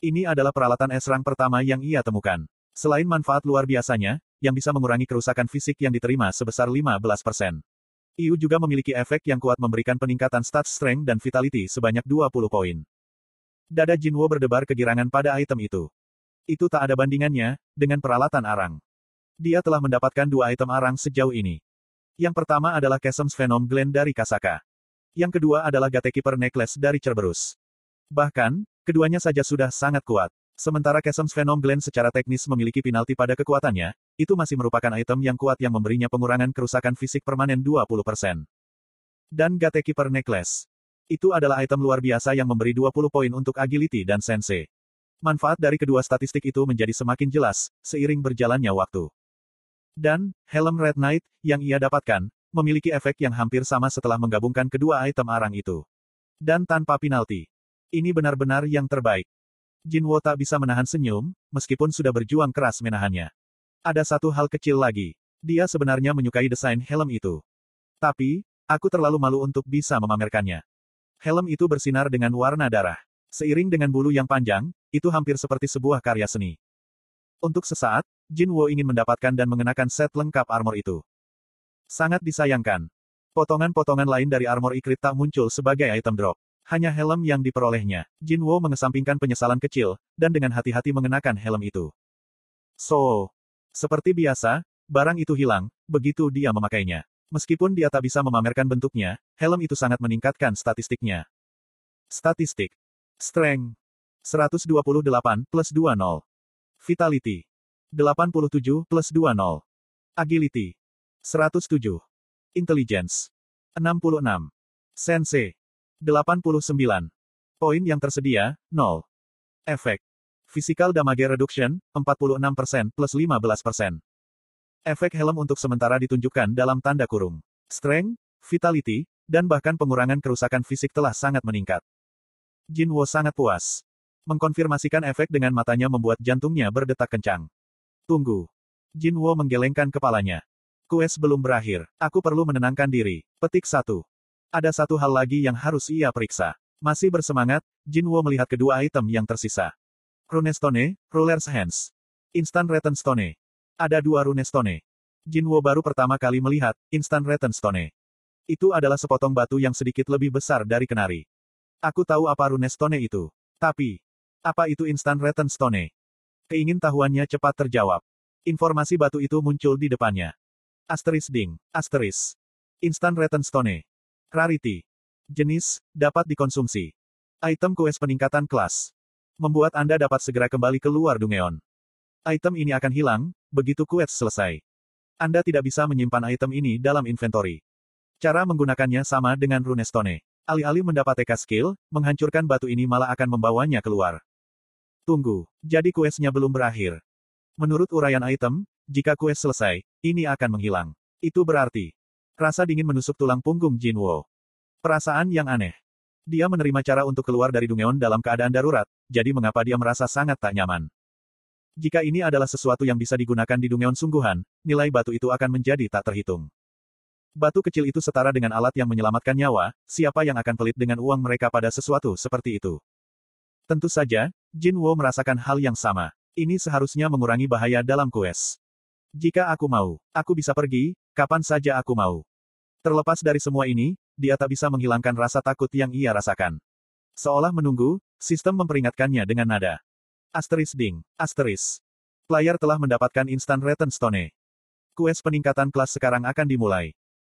Ini adalah peralatan S-Rank pertama yang ia temukan. Selain manfaat luar biasanya, yang bisa mengurangi kerusakan fisik yang diterima sebesar 15%. IU juga memiliki efek yang kuat memberikan peningkatan stats strength dan vitality sebanyak 20 poin. Dada Jinwo berdebar kegirangan pada item itu. Itu tak ada bandingannya, dengan peralatan arang. Dia telah mendapatkan 2 item arang sejauh ini. Yang pertama adalah Chasm's Venom Gland dari Kasaka. Yang kedua adalah Gatekeeper Necklace dari Cerberus. Bahkan, keduanya saja sudah sangat kuat. Sementara Chasm's Venom Gland secara teknis memiliki penalti pada kekuatannya, itu masih merupakan item yang kuat yang memberinya pengurangan kerusakan fisik permanen 20%. Dan Gatekeeper Necklace. Itu adalah item luar biasa yang memberi 20 poin untuk agility dan sense. Manfaat dari kedua statistik itu menjadi semakin jelas, seiring berjalannya waktu. Dan, helm Red Knight, yang ia dapatkan, memiliki efek yang hampir sama setelah menggabungkan kedua item arang itu. Dan tanpa penalti. Ini benar-benar yang terbaik. Jinwo tak bisa menahan senyum, meskipun sudah berjuang keras menahannya. Ada satu hal kecil lagi. Dia sebenarnya menyukai desain helm itu. Tapi, aku terlalu malu untuk bisa memamerkannya. Helm itu bersinar dengan warna darah. Seiring dengan bulu yang panjang, itu hampir seperti sebuah karya seni. Untuk sesaat, Jinwo ingin mendapatkan dan mengenakan set lengkap armor itu. Sangat disayangkan. Potongan-potongan lain dari armor Ikrit tak muncul sebagai item drop. Hanya helm yang diperolehnya. Jinwo mengesampingkan penyesalan kecil, dan dengan hati-hati mengenakan helm itu. Seperti biasa, barang itu hilang, begitu dia memakainya. Meskipun dia tak bisa memamerkan bentuknya, helm itu sangat meningkatkan statistiknya. Statistik. Strength. 128 plus 20. Vitality. 87 plus 20. Agility. 107. Intelligence. 66. Sense. 89. Poin yang tersedia, 0. Efek. Physical Damage Reduction, 46% plus 15%. Efek helm untuk sementara ditunjukkan dalam tanda kurung. Strength, Vitality, dan bahkan pengurangan kerusakan fisik telah sangat meningkat. Jinwo sangat puas. Mengkonfirmasikan efek dengan matanya membuat jantungnya berdetak kencang. Tunggu. Jinwo menggelengkan kepalanya. Quest belum berakhir. Aku perlu menenangkan diri. Petik 1. Ada satu hal lagi yang harus ia periksa. Masih bersemangat, Jinwo melihat kedua item yang tersisa. Runestone, Ruler's Hands. Instant Return Stone. Ada 2 Runestone. Jinwo baru pertama kali melihat Instant Return Stone. Itu adalah sepotong batu yang sedikit lebih besar dari kenari. Aku tahu apa Runestone itu. Tapi, apa itu Instant Return Stone? Keingintahuannya cepat terjawab. Informasi batu itu muncul di depannya. Ding. Instant Return Stone. Rarity. Jenis, dapat dikonsumsi. Item quest peningkatan kelas. Membuat Anda dapat segera kembali keluar Dungeon. Item ini akan hilang, begitu quest selesai. Anda tidak bisa menyimpan item ini dalam inventory. Cara menggunakannya sama dengan Runestone. Alih-alih mendapat TK skill, menghancurkan batu ini malah akan membawanya keluar. Tunggu, jadi questnya belum berakhir. Menurut uraian item, jika quest selesai, ini akan menghilang. Itu berarti, rasa dingin menusuk tulang punggung Jinwo. Perasaan yang aneh. Dia menerima cara untuk keluar dari Dungeon dalam keadaan darurat, jadi mengapa dia merasa sangat tak nyaman. Jika ini adalah sesuatu yang bisa digunakan di Dungeon sungguhan, nilai batu itu akan menjadi tak terhitung. Batu kecil itu setara dengan alat yang menyelamatkan nyawa, siapa yang akan pelit dengan uang mereka pada sesuatu seperti itu? Tentu saja, Jinwo merasakan hal yang sama. Ini seharusnya mengurangi bahaya dalam quest. Jika aku mau, aku bisa pergi, kapan saja aku mau. Terlepas dari semua ini, dia tak bisa menghilangkan rasa takut yang ia rasakan. Seolah menunggu, sistem memperingatkannya dengan nada. Ding. Player telah mendapatkan Instant Return Stone. Quest peningkatan kelas sekarang akan dimulai.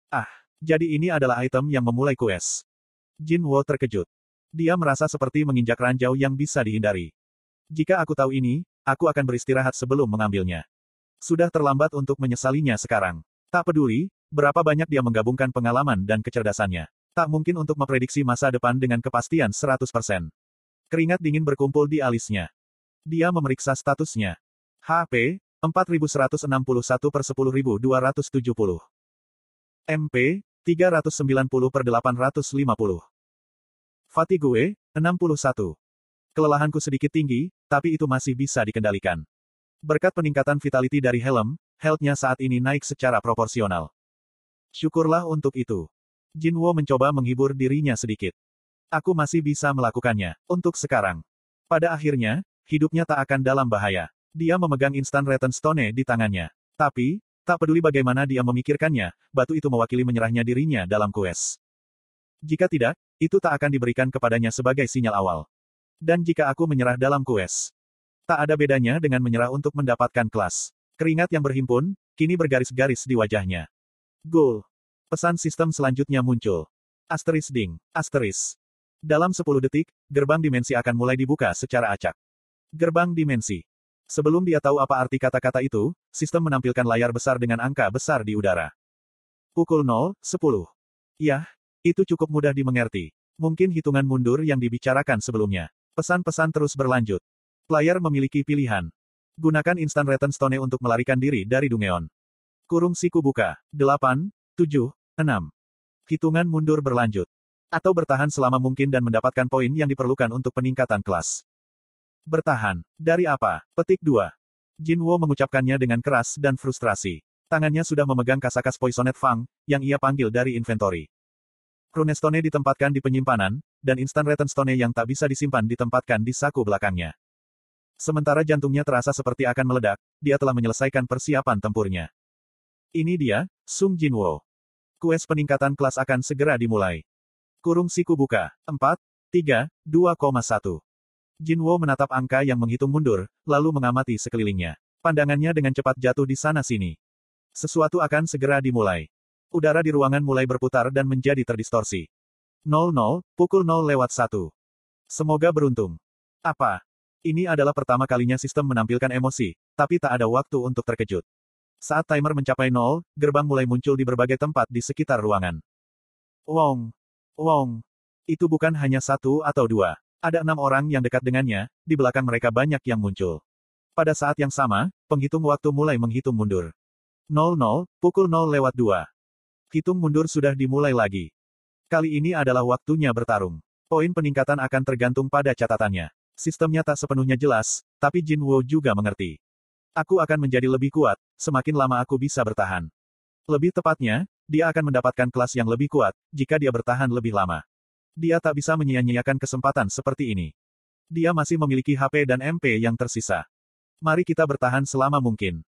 Jadi ini adalah item yang memulai quest. Jinwo terkejut. Dia merasa seperti menginjak ranjau yang bisa dihindari. Jika aku tahu ini, aku akan beristirahat sebelum mengambilnya. Sudah terlambat untuk menyesalinya sekarang. Tak peduli, berapa banyak dia menggabungkan pengalaman dan kecerdasannya. Tak mungkin untuk memprediksi masa depan dengan kepastian 100%. Keringat dingin berkumpul di alisnya. Dia memeriksa statusnya. HP, 4161/10270. MP, 390/850. Fatigue, 61. Kelelahanku sedikit tinggi, tapi itu masih bisa dikendalikan. Berkat peningkatan vitality dari helm, health-nya saat ini naik secara proporsional. Syukurlah untuk itu. Jinwo mencoba menghibur dirinya sedikit. Aku masih bisa melakukannya, untuk sekarang. Pada akhirnya, hidupnya tak akan dalam bahaya. Dia memegang instant return stone di tangannya. Tapi, tak peduli bagaimana dia memikirkannya, batu itu mewakili menyerahnya dirinya dalam quest. Jika tidak, itu tak akan diberikan kepadanya sebagai sinyal awal. Dan jika aku menyerah dalam quest, tak ada bedanya dengan menyerah untuk mendapatkan kelas. Keringat yang berhimpun, kini bergaris-garis di wajahnya. Goal. Pesan sistem selanjutnya muncul. Asterisk ding, asterisk. Dalam 10 detik, gerbang dimensi akan mulai dibuka secara acak. Gerbang dimensi. Sebelum dia tahu apa arti kata-kata itu, sistem menampilkan layar besar dengan angka besar di udara. Pukul 0:10. Yah, itu cukup mudah dimengerti. Mungkin hitungan mundur yang dibicarakan sebelumnya. Pesan-pesan terus berlanjut. Player memiliki pilihan. Gunakan instant return stone untuk melarikan diri dari Dungeon. Kurung siku buka. 8, 7, 6. Hitungan mundur berlanjut. Atau bertahan selama mungkin dan mendapatkan poin yang diperlukan untuk peningkatan kelas. Bertahan. Dari apa? Petik 2. Jinwo mengucapkannya dengan keras dan frustrasi. Tangannya sudah memegang kasakas Poisoned Fang, yang ia panggil dari inventory. Runestone ditempatkan di penyimpanan, dan instant return stone yang tak bisa disimpan ditempatkan di saku belakangnya. Sementara jantungnya terasa seperti akan meledak, dia telah menyelesaikan persiapan tempurnya. Ini dia, Sung Jinwo. Quest peningkatan kelas akan segera dimulai. Kurung siku buka. 4, 3, 2,1. Jinwo menatap angka yang menghitung mundur, lalu mengamati sekelilingnya. Pandangannya dengan cepat jatuh di sana-sini. Sesuatu akan segera dimulai. Udara di ruangan mulai berputar dan menjadi terdistorsi. 00, pukul 0:01. Semoga beruntung. Apa? Ini adalah pertama kalinya sistem menampilkan emosi, tapi tak ada waktu untuk terkejut. Saat timer mencapai 0, gerbang mulai muncul di berbagai tempat di sekitar ruangan. Wong. Wong. Itu bukan hanya satu atau dua. Ada 6 orang yang dekat dengannya, di belakang mereka banyak yang muncul. Pada saat yang sama, penghitung waktu mulai menghitung mundur. 00, pukul 0:02. Hitung mundur sudah dimulai lagi. Kali ini adalah waktunya bertarung. Poin peningkatan akan tergantung pada catatannya. Sistemnya tak sepenuhnya jelas, tapi Jinwo juga mengerti. Aku akan menjadi lebih kuat, semakin lama aku bisa bertahan. Lebih tepatnya, dia akan mendapatkan kelas yang lebih kuat, jika dia bertahan lebih lama. Dia tak bisa menyia-nyiakan kesempatan seperti ini. Dia masih memiliki HP dan MP yang tersisa. Mari kita bertahan selama mungkin.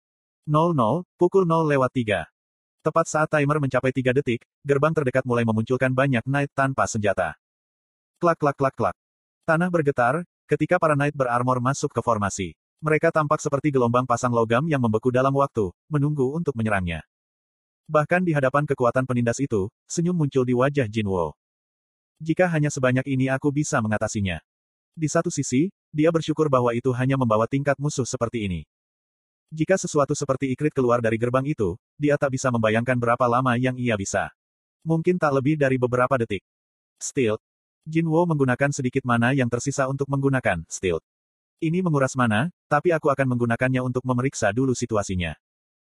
00, pukul 0:03. Tepat saat timer mencapai 3 detik, gerbang terdekat mulai memunculkan banyak knight tanpa senjata. Klak klak klak klak. Tanah bergetar, ketika para knight berarmor masuk ke formasi. Mereka tampak seperti gelombang pasang logam yang membeku dalam waktu, menunggu untuk menyerangnya. Bahkan di hadapan kekuatan penindas itu, senyum muncul di wajah Jinwo. Jika hanya sebanyak ini aku bisa mengatasinya. Di satu sisi, dia bersyukur bahwa itu hanya membawa tingkat musuh seperti ini. Jika sesuatu seperti Ikrit keluar dari gerbang itu, dia tak bisa membayangkan berapa lama yang ia bisa. Mungkin tak lebih dari beberapa detik. Stealth. Jinwo menggunakan sedikit mana yang tersisa untuk menggunakan Stealth. Ini menguras mana, tapi aku akan menggunakannya untuk memeriksa dulu situasinya.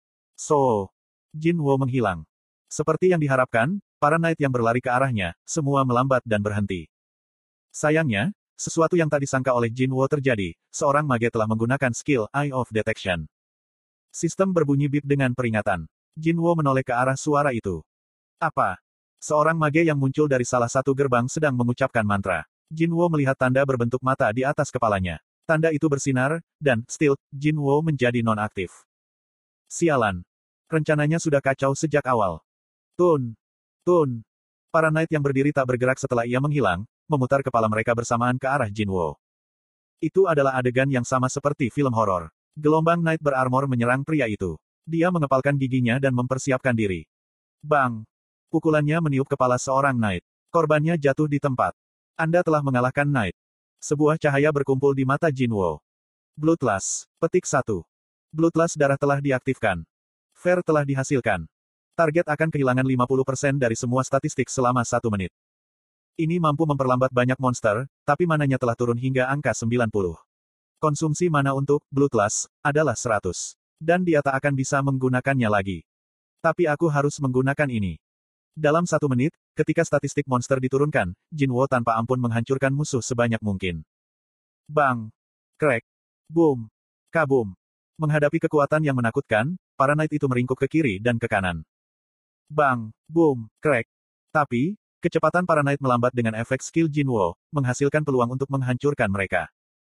So. Jinwo menghilang. Seperti yang diharapkan, para knight yang berlari ke arahnya, semua melambat dan berhenti. Sayangnya, sesuatu yang tak disangka oleh Jinwo terjadi, seorang mage telah menggunakan skill Eye of Detection. Sistem berbunyi bip dengan peringatan. Jinwo menoleh ke arah suara itu. Apa? Seorang mage yang muncul dari salah satu gerbang sedang mengucapkan mantra. Jinwo melihat tanda berbentuk mata di atas kepalanya. Tanda itu bersinar, dan, still, Jinwo menjadi non-aktif. Sialan. Rencananya sudah kacau sejak awal. Tun. Tun. Para knight yang berdiri tak bergerak setelah ia menghilang, memutar kepala mereka bersamaan ke arah Jinwo. Itu adalah adegan yang sama seperti film horor. Gelombang knight berarmor menyerang pria itu. Dia mengepalkan giginya dan mempersiapkan diri. Bang! Pukulannya meniup kepala seorang knight. Korbannya jatuh di tempat. Anda telah mengalahkan knight. Sebuah cahaya berkumpul di mata Jinwo. Bloodlust. Petik 1. Bloodlust darah telah diaktifkan. Fair telah dihasilkan. Target akan kehilangan 50% dari semua statistik selama 1 menit. Ini mampu memperlambat banyak monster, tapi mananya telah turun hingga angka 90. Konsumsi mana untuk Bloodlust adalah 100. Dan dia tak akan bisa menggunakannya lagi. Tapi aku harus menggunakan ini. Dalam 1 menit, ketika statistik monster diturunkan, Jinwo tanpa ampun menghancurkan musuh sebanyak mungkin. Bang! Crack! Boom! Kaboom! Menghadapi kekuatan yang menakutkan, para knight itu meringkuk ke kiri dan ke kanan. Bang! Boom! Crack! Tapi, kecepatan para knight melambat dengan efek skill Jinwo, menghasilkan peluang untuk menghancurkan mereka.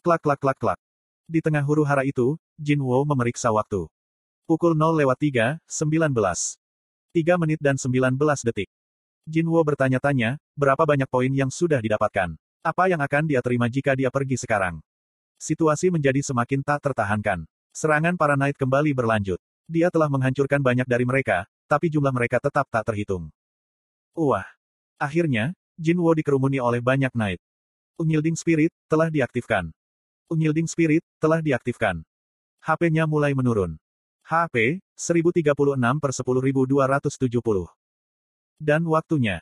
Klak klak klak klak. Di tengah huru-hara itu, Jinwo memeriksa waktu. Pukul 0:03, 19. 3 menit dan 19 detik. Jinwo bertanya-tanya, berapa banyak poin yang sudah didapatkan? Apa yang akan dia terima jika dia pergi sekarang? Situasi menjadi semakin tak tertahankan. Serangan para Knight kembali berlanjut. Dia telah menghancurkan banyak dari mereka, tapi jumlah mereka tetap tak terhitung. Wah! Akhirnya, Jinwo dikerumuni oleh banyak Knight. Unyielding Spirit telah diaktifkan. Unyielding Spirit telah diaktifkan. HP-nya mulai menurun. HP, 1036/10270. Dan waktunya.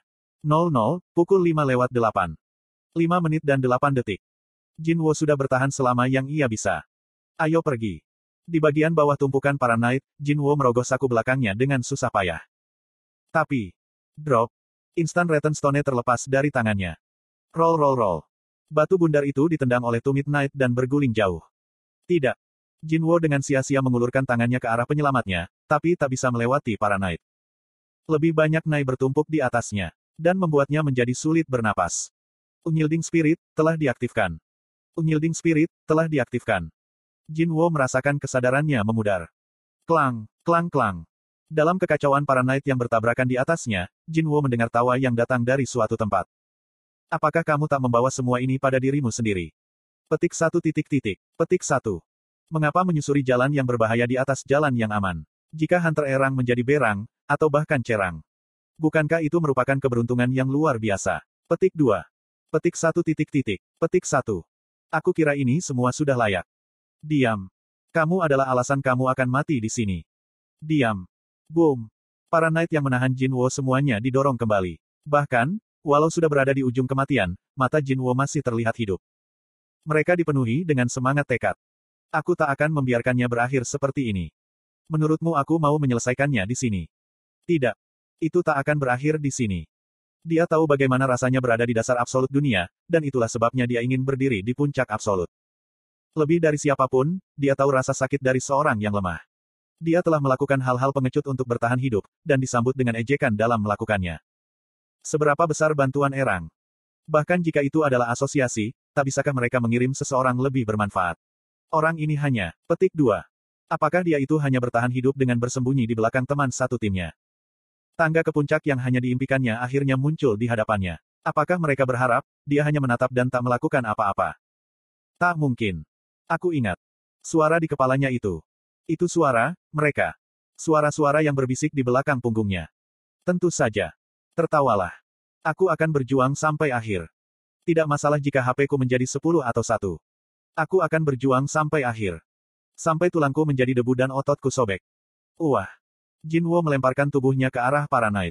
00, pukul 5:08. 5 menit dan 8 detik. Jinwo sudah bertahan selama yang ia bisa. Ayo pergi. Di bagian bawah tumpukan para Knight, Jinwo merogoh saku belakangnya dengan susah payah. Tapi, drop. Instan Return Stone terlepas dari tangannya. Roll roll roll. Batu bundar itu ditendang oleh tumit Knight dan berguling jauh. Tidak. Jinwo dengan sia-sia mengulurkan tangannya ke arah penyelamatnya, tapi tak bisa melewati para Knight. Lebih banyak Knight bertumpuk di atasnya, dan membuatnya menjadi sulit bernapas. Unyielding Spirit telah diaktifkan. Unyielding Spirit telah diaktifkan. Jinwo merasakan kesadarannya memudar. Klang, klang klang. Dalam kekacauan para Knight yang bertabrakan di atasnya, Jinwo mendengar tawa yang datang dari suatu tempat. Apakah kamu tak membawa semua ini pada dirimu sendiri? Petik 1. Petik 1. Mengapa menyusuri jalan yang berbahaya di atas jalan yang aman? Jika Hunter Erang menjadi berang, atau bahkan cerang. Bukankah itu merupakan keberuntungan yang luar biasa? Petik 2. Petik 1. Petik 1. Aku kira ini semua sudah layak. Diam. Kamu adalah alasan kamu akan mati di sini. Diam. Boom. Para Knight yang menahan Jinwo semuanya didorong kembali. Bahkan, walau sudah berada di ujung kematian, mata Jinwo masih terlihat hidup. Mereka dipenuhi dengan semangat tekad. Aku tak akan membiarkannya berakhir seperti ini. Menurutmu aku mau menyelesaikannya di sini? Tidak. Itu tak akan berakhir di sini. Dia tahu bagaimana rasanya berada di dasar absolut dunia, dan itulah sebabnya dia ingin berdiri di puncak absolut. Lebih dari siapapun, dia tahu rasa sakit dari seorang yang lemah. Dia telah melakukan hal-hal pengecut untuk bertahan hidup, dan disambut dengan ejekan dalam melakukannya. Seberapa besar bantuan Erang? Bahkan jika itu adalah asosiasi, tak bisakah mereka mengirim seseorang lebih bermanfaat? Orang ini hanya, petik 2. Apakah dia itu hanya bertahan hidup dengan bersembunyi di belakang teman satu timnya? Tangga ke puncak yang hanya diimpikannya akhirnya muncul di hadapannya. Apakah mereka berharap, dia hanya menatap dan tak melakukan apa-apa? Tak mungkin. Aku ingat. Suara di kepalanya itu. Itu suara, mereka. Suara-suara yang berbisik di belakang punggungnya. Tentu saja. Tertawalah. Aku akan berjuang sampai akhir. Tidak masalah jika HP-ku menjadi 10 atau 1. Aku akan berjuang sampai akhir. Sampai tulangku menjadi debu dan ototku sobek. Wah. Jinwo melemparkan tubuhnya ke arah para Knight.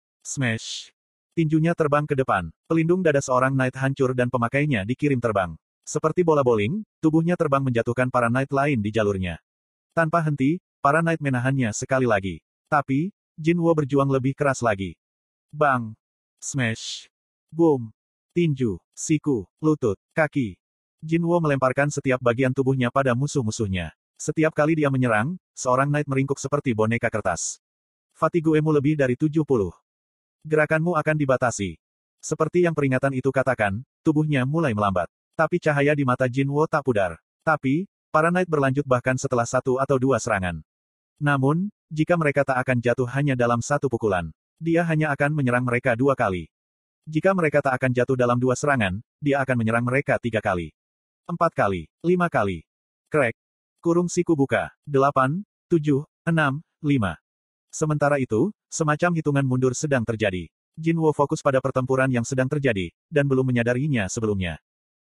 Smash. Tinjunya terbang ke depan. Pelindung dada seorang Knight hancur dan pemakainya dikirim terbang. Seperti bola bowling, tubuhnya terbang menjatuhkan para Knight lain di jalurnya. Tanpa henti, para Knight menahannya sekali lagi. Tapi, Jinwo berjuang lebih keras lagi. Bang. Smash. Boom. Tinju, siku, lutut, kaki. Jinwo melemparkan setiap bagian tubuhnya pada musuh-musuhnya. Setiap kali dia menyerang, seorang Knight meringkuk seperti boneka kertas. Fatiguemu lebih dari 70. Gerakanmu akan dibatasi. Seperti yang peringatan itu katakan, tubuhnya mulai melambat. Tapi cahaya di mata Jinwo tak pudar. Tapi, para Knight berlanjut bahkan setelah 1 atau 2 serangan. Namun, jika mereka tak akan jatuh hanya dalam 1 pukulan, dia hanya akan menyerang mereka 2 kali. Jika mereka tak akan jatuh dalam 2 serangan, dia akan menyerang mereka 3 kali. 4 kali, 5 kali. Crack. Kurung siku buka. 8, 7, 6, 5. Sementara itu, semacam hitungan mundur sedang terjadi. Jinwo fokus pada pertempuran yang sedang terjadi, dan belum menyadarinya sebelumnya.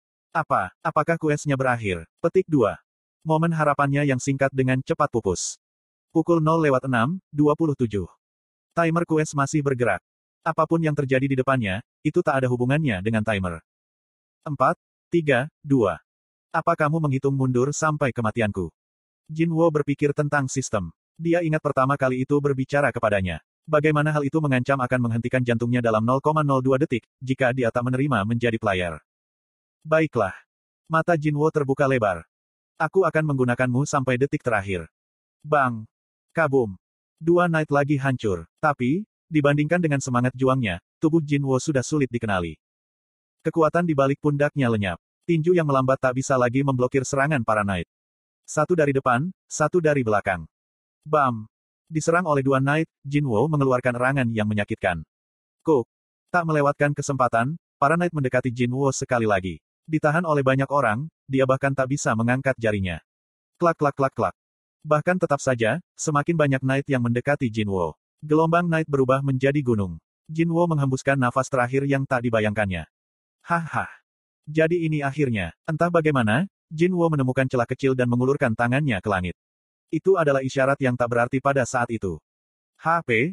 Apakah quest-nya berakhir? Petik 2. Momen harapannya yang singkat dengan cepat pupus. Pukul 0:06:27. Timer quest masih bergerak. Apapun yang terjadi di depannya, itu tak ada hubungannya dengan timer. 4, 3, 2. Apa kamu menghitung mundur sampai kematianku? Jinwo berpikir tentang sistem. Dia ingat pertama kali itu berbicara kepadanya. Bagaimana hal itu mengancam akan menghentikan jantungnya dalam 0,02 detik, jika dia tak menerima menjadi player. Baiklah. Mata Jinwo terbuka lebar. Aku akan menggunakanmu sampai detik terakhir. Bang. Kabum. 2 Knight lagi hancur. Tapi, dibandingkan dengan semangat juangnya, tubuh Jinwo sudah sulit dikenali. Kekuatan di balik pundaknya lenyap. Tinju yang melambat tak bisa lagi memblokir serangan para knight. Satu dari depan, satu dari belakang. Bam! Diserang oleh dua knight, Jinwo mengeluarkan erangan yang menyakitkan. Cook! Tak melewatkan kesempatan, para knight mendekati Jinwo sekali lagi. Ditahan oleh banyak orang, dia bahkan tak bisa mengangkat jarinya. Klak klak klak klak. Bahkan tetap saja, semakin banyak knight yang mendekati Jinwo. Gelombang knight berubah menjadi gunung. Jinwo menghembuskan nafas terakhir yang tak dibayangkannya. Haha. Jadi ini akhirnya. Entah bagaimana, Jinwo menemukan celah kecil dan mengulurkan tangannya ke langit. Itu adalah isyarat yang tak berarti pada saat itu. HP,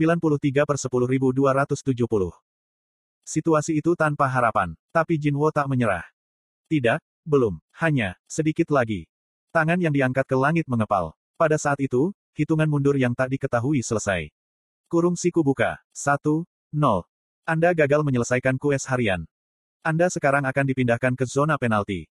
93/10.270. Situasi itu tanpa harapan, tapi Jinwo tak menyerah. Tidak, belum, hanya, sedikit lagi. Tangan yang diangkat ke langit mengepal. Pada saat itu, hitungan mundur yang tak diketahui selesai. Kurung siku buka, 1-0. Anda gagal menyelesaikan kues harian. Anda sekarang akan dipindahkan ke zona penalti.